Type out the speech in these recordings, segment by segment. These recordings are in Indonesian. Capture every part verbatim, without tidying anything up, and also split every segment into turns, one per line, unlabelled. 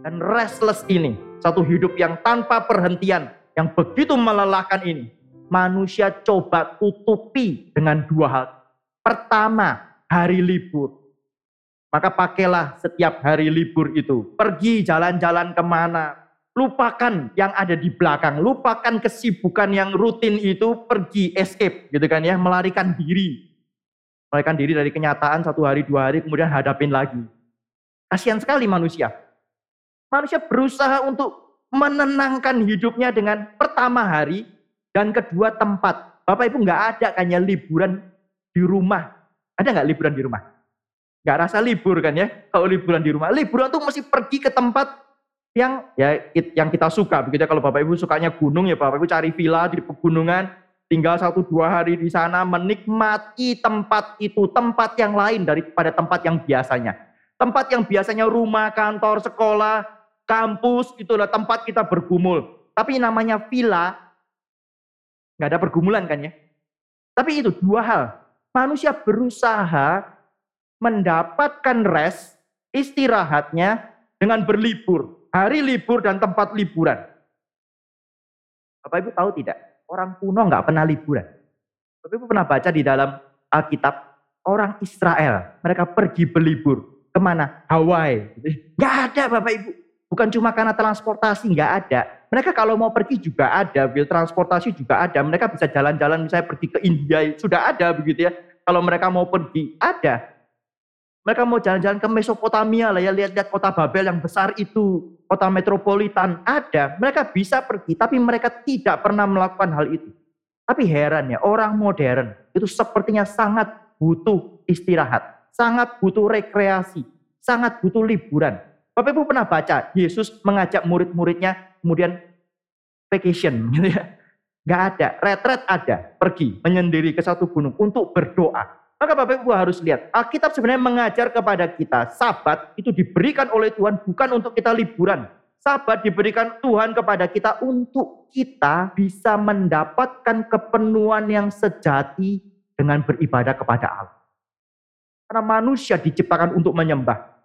dan restless ini, satu hidup yang tanpa perhentian, yang begitu melelahkan ini, manusia coba tutupi dengan dua hal. Pertama, hari libur. Maka pakailah setiap hari libur itu, pergi jalan-jalan kemana, lupakan yang ada di belakang, lupakan kesibukan yang rutin itu, pergi escape gitu kan ya, melarikan diri. Melarikan diri dari kenyataan satu hari, dua hari, kemudian hadapin lagi. Kasihan sekali manusia. Manusia berusaha untuk menenangkan hidupnya dengan pertama hari dan kedua tempat. Bapak Ibu nggak ada kayaknya liburan di rumah. Ada nggak liburan di rumah? Nggak rasa libur kan ya kalau liburan di rumah. Liburan tuh mesti pergi ke tempat yang ya yang kita suka. Begitu kalau Bapak Ibu sukanya gunung ya Bapak Ibu cari villa di pegunungan, tinggal satu dua hari di sana, menikmati tempat itu, tempat yang lain daripada tempat yang biasanya. Tempat yang biasanya rumah, kantor, sekolah, kampus, itulah tempat kita bergumul. Tapi namanya villa, nggak ada pergumulan kan ya. Tapi itu dua hal. Manusia berusaha mendapatkan rest, istirahatnya dengan berlibur. Hari libur dan tempat liburan. Bapak Ibu tahu tidak? Orang kuno nggak pernah liburan. Bapak Ibu pernah baca di dalam Alkitab, orang Israel, mereka pergi berlibur. Kemana? Hawaii. Nggak ada Bapak Ibu. Bukan cuma karena transportasi, nggak ada. Mereka kalau mau pergi juga ada, bil transportasi juga ada. Mereka bisa jalan-jalan, misalnya pergi ke India, sudah ada begitu ya. Kalau mereka mau pergi, ada. Mereka mau jalan-jalan ke Mesopotamia lah ya, lihat-lihat kota Babel yang besar itu, kota metropolitan, ada. Mereka bisa pergi, tapi mereka tidak pernah melakukan hal itu. Tapi heran ya, orang modern itu sepertinya sangat butuh istirahat, sangat butuh rekreasi, sangat butuh liburan. Bapak Ibu pernah baca, Yesus mengajak murid-muridnya kemudian vacation gitu ya. Gak ada, retret ada, pergi menyendiri ke satu gunung untuk berdoa. Maka Bapak Ibu harus lihat, Alkitab sebenarnya mengajar kepada kita, Sabat itu diberikan oleh Tuhan bukan untuk kita liburan. Sabat diberikan Tuhan kepada kita untuk kita bisa mendapatkan kepenuhan yang sejati dengan beribadah kepada Allah. Karena manusia diciptakan untuk menyembah.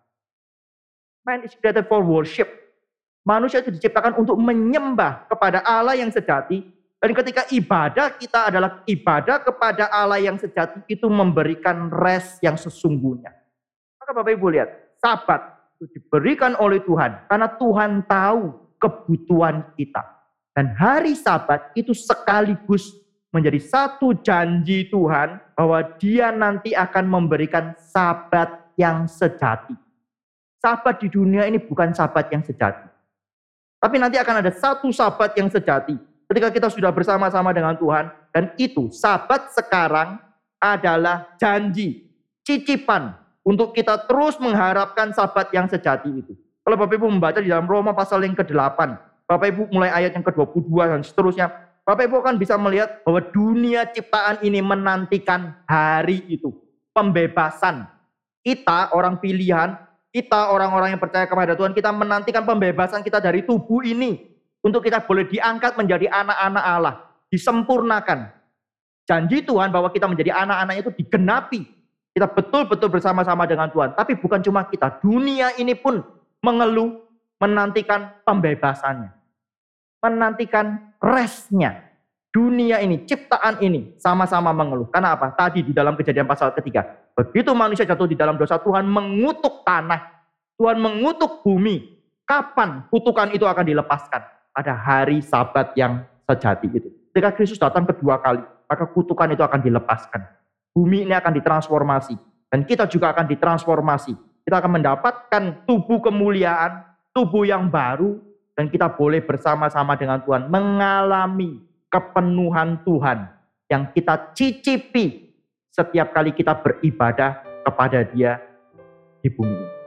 Man is created for worship. Manusia itu diciptakan untuk menyembah kepada Allah yang sejati. Dan ketika ibadah kita adalah ibadah kepada Allah yang sejati, itu memberikan rest yang sesungguhnya. Maka Bapak Ibu lihat, Sabat itu diberikan oleh Tuhan karena Tuhan tahu kebutuhan kita. Dan hari Sabat itu sekaligus menjadi satu janji Tuhan bahwa Dia nanti akan memberikan Sabat yang sejati. Sabat di dunia ini bukan Sabat yang sejati. Tapi nanti akan ada satu Sabat yang sejati. Ketika kita sudah bersama-sama dengan Tuhan. Dan itu Sabat sekarang adalah janji, cicipan untuk kita terus mengharapkan Sabat yang sejati itu. Kalau Bapak Ibu membaca di dalam Roma pasal yang kedelapan. Bapak Ibu mulai ayat yang ke dua puluh dua dan seterusnya. Bapak Ibu akan bisa melihat bahwa dunia ciptaan ini menantikan hari itu. Pembebasan. Kita orang pilihan. Kita orang-orang yang percaya kepada Tuhan, kita menantikan pembebasan kita dari tubuh ini. Untuk kita boleh diangkat menjadi anak-anak Allah. Disempurnakan. Janji Tuhan bahwa kita menjadi anak-anak itu digenapi. Kita betul-betul bersama-sama dengan Tuhan. Tapi bukan cuma kita. Dunia ini pun mengeluh, menantikan pembebasannya. Menantikan restnya. Dunia ini, ciptaan ini sama-sama mengeluh. Karena apa? Tadi di dalam Kejadian pasal ketiga. Begitu manusia jatuh di dalam dosa, Tuhan mengutuk tanah. Tuhan mengutuk bumi. Kapan kutukan itu akan dilepaskan? Pada hari Sabat yang sejati itu. Ketika Kristus datang kedua kali, maka kutukan itu akan dilepaskan. Bumi ini akan ditransformasi. Dan kita juga akan ditransformasi. Kita akan mendapatkan tubuh kemuliaan, tubuh yang baru. Dan kita boleh bersama-sama dengan Tuhan mengalami kepenuhan Tuhan yang kita cicipi setiap kali kita beribadah kepada Dia di bumi ini.